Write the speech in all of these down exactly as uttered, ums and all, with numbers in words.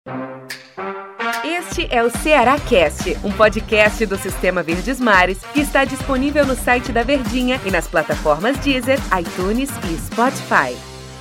Este é o Ceará Cast, um podcast do Sistema Verdes Mares que está disponível no site da Verdinha e nas plataformas Deezer, iTunes e Spotify.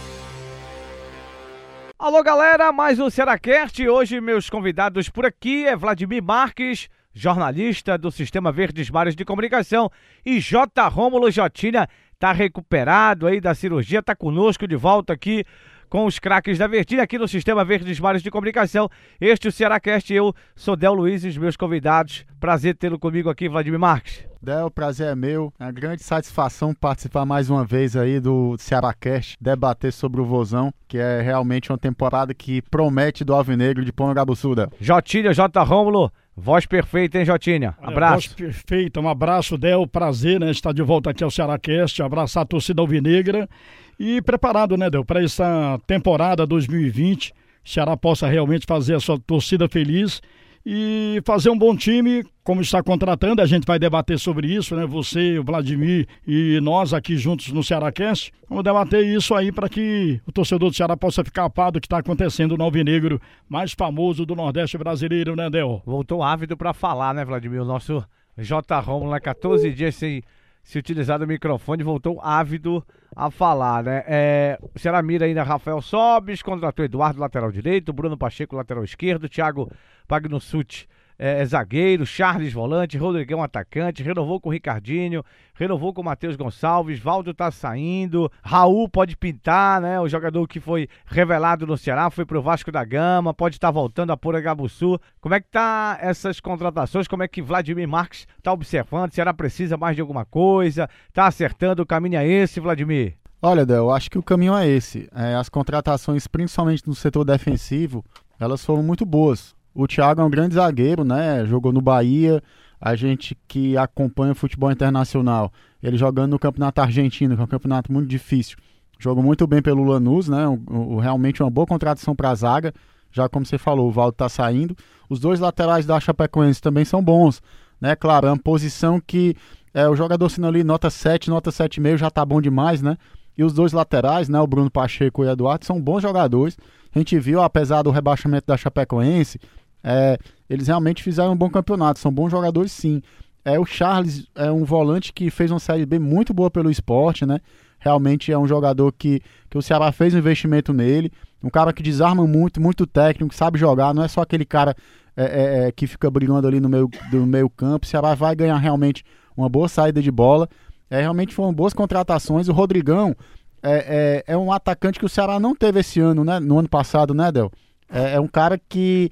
Alô galera, mais um Ceará Cast. Hoje meus convidados por aqui é Vladimir Marques, jornalista do Sistema Verdes Mares de Comunicação, e J. Rômulo Jotinha, tá recuperado aí da cirurgia, tá conosco de volta aqui com os craques da Verdinha aqui no Sistema Verdes Mares de Comunicação. Este é o Ceará Cast, eu sou Del Luiz e os meus convidados. Prazer tê-lo comigo aqui, Vladimir Marques. Del, o prazer é meu. É uma grande satisfação participar mais uma vez aí do Ceará Cast, debater sobre o Vozão, que é realmente uma temporada que promete do Alvinegro de Pongabuçu, Del. Jotinha, J. Rômulo, voz perfeita, hein, Jotinha? Abraço. É, voz perfeita, um abraço, Del, prazer, né, estar de volta aqui ao Ceará Cast, abraçar a torcida alvinegra e preparado, né, Del, para essa temporada dois mil e vinte, o Ceará possa realmente fazer a sua torcida feliz e fazer um bom time, como está contratando. A gente vai debater sobre isso, né? Você, o Vladimir e nós aqui juntos no Ceará Cast. Vamos debater isso aí para que o torcedor do Ceará possa ficar a par do que está acontecendo no alvinegro mais famoso do Nordeste brasileiro, né, Del? Voltou ávido para falar, né, Vladimir? O nosso J. Rômulo, há quatorze dias sem se utilizar do microfone, voltou ávido a falar, né? É, o Ceará mira ainda Rafael Sobis, contratou Eduardo, lateral direito, Bruno Pacheco, lateral esquerdo, Thiago Pagnucci, é, é zagueiro, Charles volante, Rodrigão atacante, renovou com o Ricardinho, renovou com o Matheus Gonçalves, Valdo tá saindo, Raul pode pintar, né? O jogador que foi revelado no Ceará, foi pro Vasco da Gama, pode estar tá voltando a Pongabuçu. Como é que tá essas contratações? Como é que Vladimir Marques tá observando? O Ceará precisa mais de alguma coisa? Tá acertando? O caminho é esse, Vladimir? Olha, Del, eu acho que o caminho é esse. É, as contratações, principalmente no setor defensivo, elas foram muito boas. O Thiago é um grande zagueiro, né? Jogou no Bahia. A gente que acompanha o futebol internacional, ele jogando no campeonato argentino, que é um campeonato muito difícil, jogou muito bem pelo Lanús, né? O, o, realmente uma boa contratação para a zaga. Já como você falou, o Valdo está saindo. Os dois laterais da Chapecoense também são bons, né? Claro, é uma posição que é, o jogador sendo ali nota sete, nota sete vírgula cinco já tá bom demais, né? E os dois laterais, né? O Bruno Pacheco e o Eduardo, são bons jogadores. A gente viu, apesar do rebaixamento da Chapecoense, É, eles realmente fizeram um bom campeonato, são bons jogadores sim. É, o Charles é um volante que fez uma Série B muito boa pelo Sport, né? Realmente é um jogador que, que o Ceará fez um investimento nele, um cara que desarma muito, muito técnico, que sabe jogar, não é só aquele cara é, é, é, que fica brigando ali no meio, do meio campo. O Ceará vai ganhar realmente uma boa saída de bola. É, realmente foram boas contratações. O Rodrigão é, é, é um atacante que o Ceará não teve esse ano, né? No ano passado, né, Del? É, é um cara que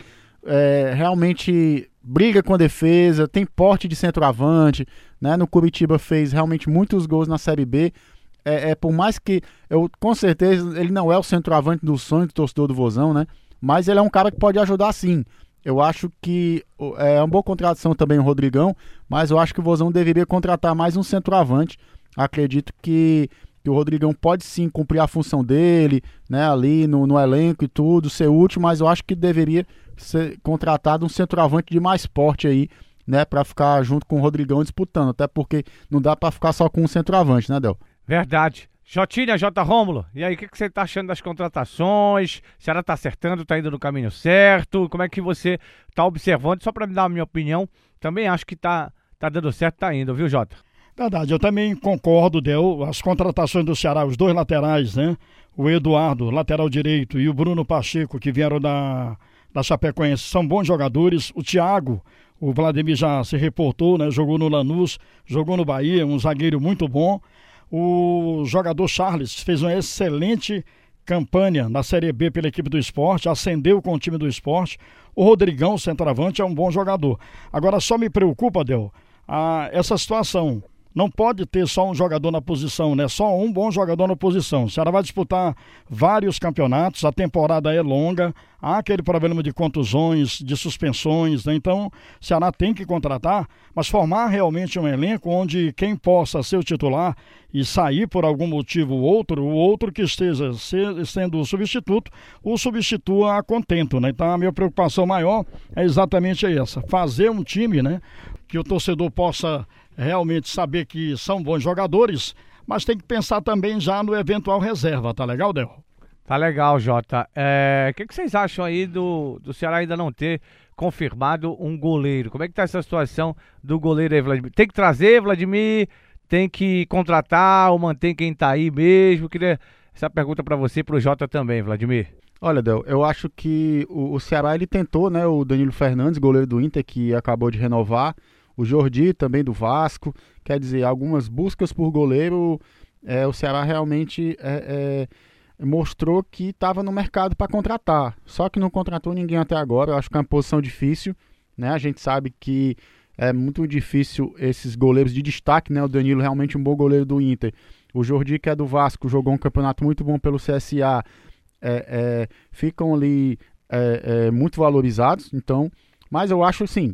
É, realmente briga com a defesa, tem porte de centroavante, né? No Curitiba fez realmente muitos gols na Série B. É, é, por mais que, eu, com certeza, ele não é o centroavante do sonho do torcedor do Vozão, né? Mas ele é um cara que pode ajudar sim. Eu acho que é uma boa contratação também o Rodrigão, mas eu acho que o Vozão deveria contratar mais um centroavante. Acredito que que o Rodrigão pode sim cumprir a função dele, né, ali no, no elenco e tudo, ser útil, mas eu acho que deveria ser contratado um centroavante de mais porte aí, né, para ficar junto com o Rodrigão disputando, até porque não dá para ficar só com um centroavante, né, Del? Verdade. Jotinha, J. Rômulo, e aí, o que, que você tá achando das contratações? O Ceará tá acertando, tá indo no caminho certo? Como é que você tá observando? Só para me dar a minha opinião, também acho que tá, tá dando certo, tá indo, viu, Jota? Verdade, eu também concordo, Del, as contratações do Ceará, os dois laterais, né? O Eduardo, lateral direito, e o Bruno Pacheco, que vieram da, da Chapecoense, são bons jogadores. O Thiago, o Vladimir já se reportou, né? Jogou no Lanús, jogou no Bahia, um zagueiro muito bom. O jogador Charles fez uma excelente campanha na Série B pela equipe do Sport, ascendeu com o time do Sport. O Rodrigão, centroavante, é um bom jogador. Agora só me preocupa, Del, a, essa situação. Não pode ter só um jogador na posição, né? Só um bom jogador na posição. O Ceará vai disputar vários campeonatos, a temporada é longa, há aquele problema de contusões, de suspensões, né? Então, o Ceará tem que contratar, mas formar realmente um elenco onde quem possa ser o titular e sair por algum motivo ou outro, o outro que esteja ser, sendo o substituto, o substitua a contento, né? Então, a minha preocupação maior é exatamente essa, fazer um time, né? Que o torcedor possa realmente saber que são bons jogadores, mas tem que pensar também já no eventual reserva, tá legal, Del? Tá legal, Jota. É, o que, que vocês acham aí do, do Ceará ainda não ter confirmado um goleiro? Como é que tá essa situação do goleiro aí, Vladimir? Tem que trazer, Vladimir? Tem que contratar ou manter quem tá aí mesmo? Queria essa pergunta para você e pro Jota também, Vladimir. Olha, Del, eu acho que o, o Ceará ele tentou, né? O Danilo Fernandes, goleiro do Inter, que acabou de renovar. O Jordi, também do Vasco. Quer dizer, algumas buscas por goleiro, é, o Ceará realmente é, é, mostrou que estava no mercado para contratar. Só que não contratou ninguém até agora. Eu acho que é uma posição difícil, né? A gente sabe que é muito difícil esses goleiros de destaque, né? O Danilo realmente um bom goleiro do Inter. O Jordi, que é do Vasco, jogou um campeonato muito bom pelo C S A. É, é, ficam ali é, é, muito valorizados. Então, mas eu acho assim,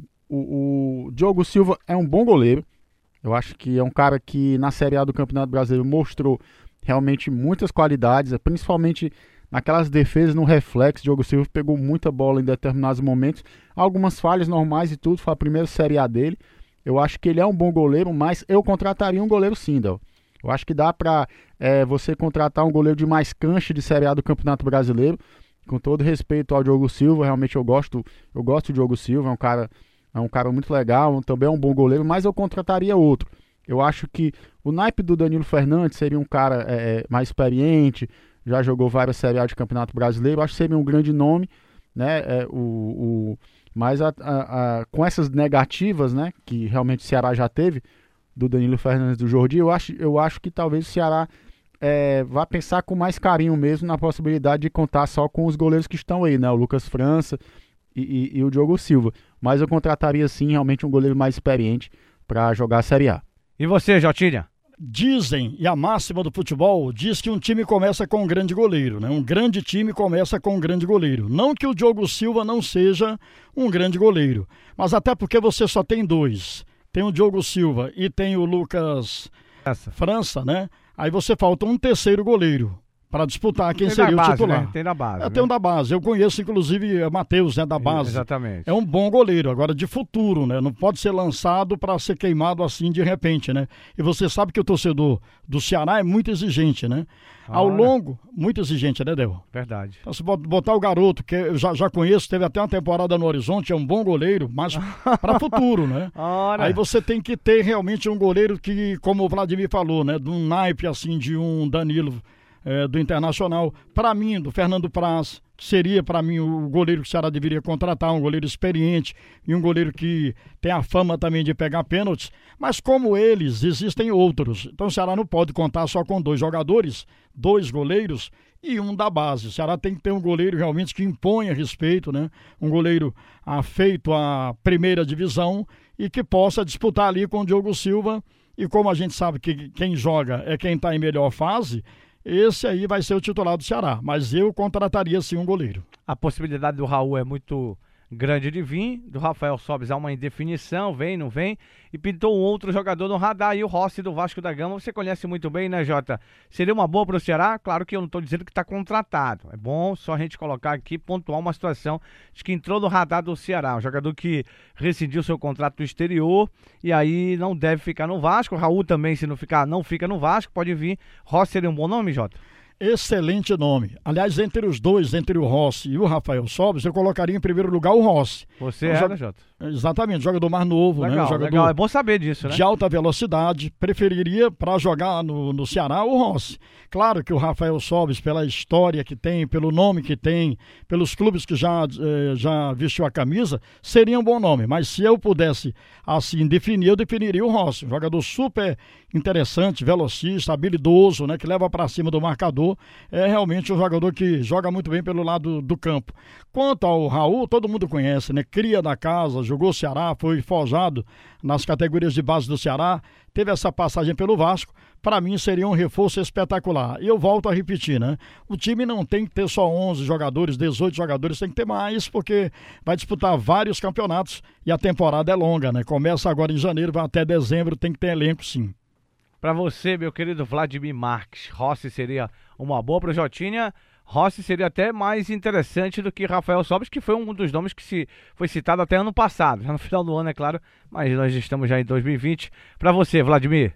o, o Diogo Silva é um bom goleiro. Eu acho que é um cara que na Série A do Campeonato Brasileiro mostrou realmente muitas qualidades, principalmente naquelas defesas no reflexo. Diogo Silva pegou muita bola em determinados momentos, algumas falhas normais e tudo. Foi a primeira Série A dele. Eu acho que ele é um bom goleiro, mas eu contrataria um goleiro sim, Del. Eu acho que dá para é, você contratar um goleiro de mais cancha de Série A do Campeonato Brasileiro. Com todo respeito ao Diogo Silva, realmente eu gosto, eu gosto do Diogo Silva, é um cara, é um cara muito legal, também é um bom goleiro, mas eu contrataria outro. Eu acho que o naipe do Danilo Fernandes seria um cara é, mais experiente, já jogou várias Série A de Campeonato Brasileiro, eu acho que seria um grande nome, né? É, o, o, mas a, a, a, com essas negativas, né, que realmente o Ceará já teve, do Danilo Fernandes e do Jordi, eu acho, eu acho que talvez o Ceará é, vá pensar com mais carinho mesmo na possibilidade de contar só com os goleiros que estão aí, né? O Lucas França e, e, e o Diogo Silva. Mas eu contrataria sim realmente um goleiro mais experiente para jogar a Série A. E você, Jotinha? Dizem, e a máxima do futebol diz que um time começa com um grande goleiro, né? Um grande time começa com um grande goleiro. Não que o Diogo Silva não seja um grande goleiro, mas até porque você só tem dois. Tem o Diogo Silva e tem o Lucas Essa. França, né? Aí você falta um terceiro goleiro para disputar quem tem seria base, o titular. Né? Tem da base. É, né? tem um da base. Eu conheço, inclusive, o Matheus, né, da base. Exatamente. É um bom goleiro, agora de futuro, né? Não pode ser lançado para ser queimado assim de repente, né? E você sabe que o torcedor do Ceará é muito exigente, né? Ah, Ao longo, muito exigente, né, Del? Verdade. Então, se botar o garoto, que eu já, já conheço, teve até uma temporada no Horizonte, é um bom goleiro, mas para futuro, né? Ora. Aí você tem que ter realmente um goleiro que, como o Vladimir falou, né? De um naipe, assim, de um Danilo é, do Internacional. Para mim, do Fernando Praz, que seria para mim o goleiro que o Ceará deveria contratar, um goleiro experiente e um goleiro que tem a fama também de pegar pênaltis. Mas como eles, existem outros. Então o Ceará não pode contar só com dois jogadores, dois goleiros e um da base. O Ceará tem que ter um goleiro realmente que imponha respeito, né? Um goleiro afeito à primeira divisão e que possa disputar ali com o Diogo Silva. E como a gente sabe que quem joga é quem está em melhor fase, esse aí vai ser o titular do Ceará. Mas eu contrataria sim um goleiro. A possibilidade do Raul é muito grande de vir, do Rafael Sobis há uma indefinição, vem, não vem, e pintou um outro jogador no radar, e o Rossi do Vasco da Gama, você conhece muito bem, né, Jota? Seria uma boa para o Ceará? Claro que eu não estou dizendo que está contratado, é bom só a gente colocar aqui, pontuar uma situação de que entrou no radar do Ceará, um jogador que rescindiu seu contrato do exterior, e aí não deve ficar no Vasco. O Raul também, se não ficar, não fica no Vasco, pode vir. Rossi seria um bom nome, Jota? Excelente nome. Aliás, entre os dois, entre o Rossi e o Rafael Sobis, eu colocaria em primeiro lugar o Rossi. Você um é, jo... né, Jota? Exatamente, jogador mais novo, legal, né? Jogador legal, é bom saber disso, né? De alta velocidade, preferiria para jogar no, no Ceará o Rossi. Claro que o Rafael Sobis, pela história que tem, pelo nome que tem, pelos clubes que já, eh, já vestiu a camisa, seria um bom nome. Mas se eu pudesse, assim, definir, eu definiria o Rossi. Um jogador super interessante, velocista, habilidoso, né? Que leva para cima do marcador. É realmente um jogador que joga muito bem pelo lado do campo. Quanto ao Raul, todo mundo conhece, né? Cria da casa, jogou Ceará, foi forjado nas categorias de base do Ceará, teve essa passagem pelo Vasco. Para mim seria um reforço espetacular. E eu volto a repetir, né? O time não tem que ter só onze jogadores, dezoito jogadores, tem que ter mais, porque vai disputar vários campeonatos e a temporada é longa, né? Começa agora em janeiro, vai até dezembro, tem que ter elenco sim. Para você, meu querido Vladimir Marques, Rossi seria uma boa para o Jotinha. Rossi seria até mais interessante do que Rafael Sobis, que foi um dos nomes que se foi citado até ano passado, já no final do ano, é claro, mas nós estamos já em dois mil e vinte. Para você, Vladimir.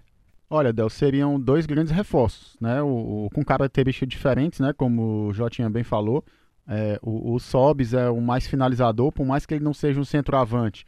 Olha, Del, seriam dois grandes reforços, né? O, o, com características diferentes, né? Como o Jotinha bem falou. É, o, o Sobis é o mais finalizador, por mais que ele não seja um centroavante.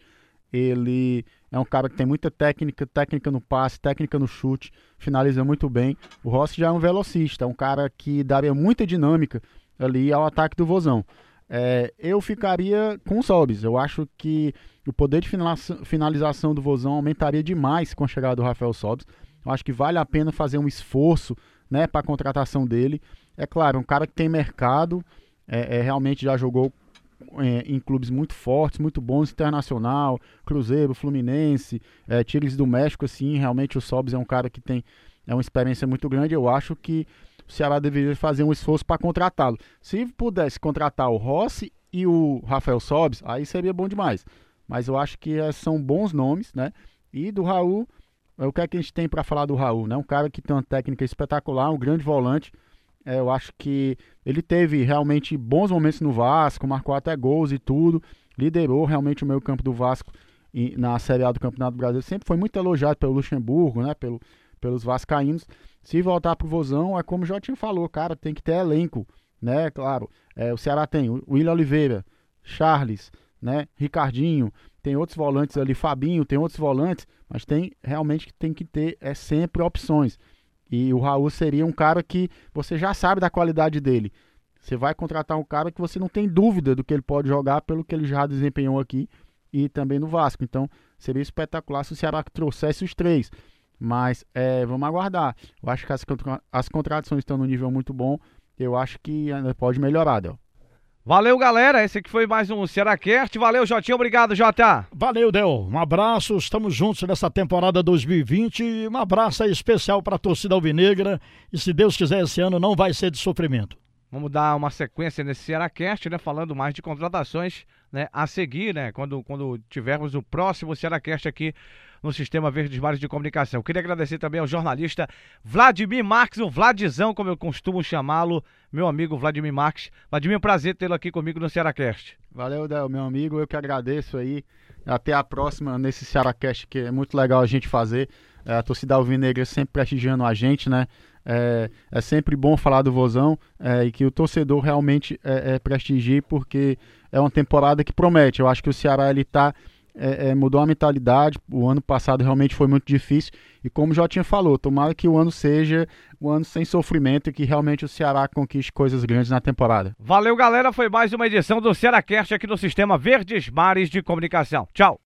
Ele é um cara que tem muita técnica, técnica no passe, técnica no chute, finaliza muito bem. O Rossi já é um velocista, é um cara que daria muita dinâmica ali ao ataque do Vozão. É, eu ficaria com o Sobis. Eu acho que o poder de finalização do Vozão aumentaria demais com a chegada do Rafael Sobis. Eu acho que vale a pena fazer um esforço, né, para a contratação dele. É claro, um cara que tem mercado, é, é, realmente já jogou é, em clubes muito fortes, muito bons, Internacional, Cruzeiro, Fluminense, é, Tigres do México, assim, realmente o Sobis é um cara que tem é uma experiência muito grande. Eu acho que o Ceará deveria fazer um esforço para contratá-lo. Se pudesse contratar o Rossi e o Rafael Sobis, aí seria bom demais. Mas eu acho que é, são bons nomes, né? E do Raul, o que é que a gente tem para falar do Raul, né? Um cara que tem uma técnica espetacular, um grande volante. É, eu acho que ele teve realmente bons momentos no Vasco, marcou até gols e tudo, liderou realmente o meio campo do Vasco e, na Série A do Campeonato Brasileiro. Sempre foi muito elogiado pelo Luxemburgo, né? Pelo, pelos vascaínos. Se voltar pro Vozão, é como o Jotinho falou, cara, tem que ter elenco, né? Claro, é, o Ceará tem o William Oliveira, Charles, né? Ricardinho, tem outros volantes ali, Fabinho, tem outros volantes, mas tem realmente que tem que ter é sempre opções. E o Raul seria um cara que você já sabe da qualidade dele. Você vai contratar um cara que você não tem dúvida do que ele pode jogar pelo que ele já desempenhou aqui e também no Vasco. Então, seria espetacular se o Ceará trouxesse os três. Mas é, vamos aguardar. Eu acho que as, as contratações estão num nível muito bom. Eu acho que ainda pode melhorar, Del. Valeu, galera. Esse aqui foi mais um Cearacast. Valeu, Jotinho. Obrigado, Jota. Valeu, Del. Um abraço. Estamos juntos nessa temporada dois mil e vinte. Um abraço aí especial para a torcida alvinegra. E se Deus quiser, esse ano não vai ser de sofrimento. Vamos dar uma sequência nesse Cearacast, né? Falando mais de contratações, né? A seguir, né? Quando, quando tivermos o próximo Cearacast aqui no Sistema Verdes Mares de Comunicação. Queria agradecer também ao jornalista Vladimir Marques, o Vladzão, como eu costumo chamá-lo, meu amigo Vladimir Marques. Vladimir, é um prazer tê-lo aqui comigo no Cearacast. Valeu, Del, meu amigo, eu que agradeço aí. Até a próxima nesse Cearacast, que é muito legal a gente fazer. É, a torcida alvinegra sempre prestigiando a gente, né? É, é sempre bom falar do Vozão é, e que o torcedor realmente é, é, prestigie, porque é uma temporada que promete. Eu acho que o Ceará ele tá, é, é, mudou a mentalidade. O ano passado realmente foi muito difícil e, como o Jotinha falou, tomara que o ano seja um ano sem sofrimento e que realmente o Ceará conquiste coisas grandes na temporada. Valeu, galera, foi mais uma edição do Cearacast aqui no Sistema Verdes Mares de Comunicação. Tchau!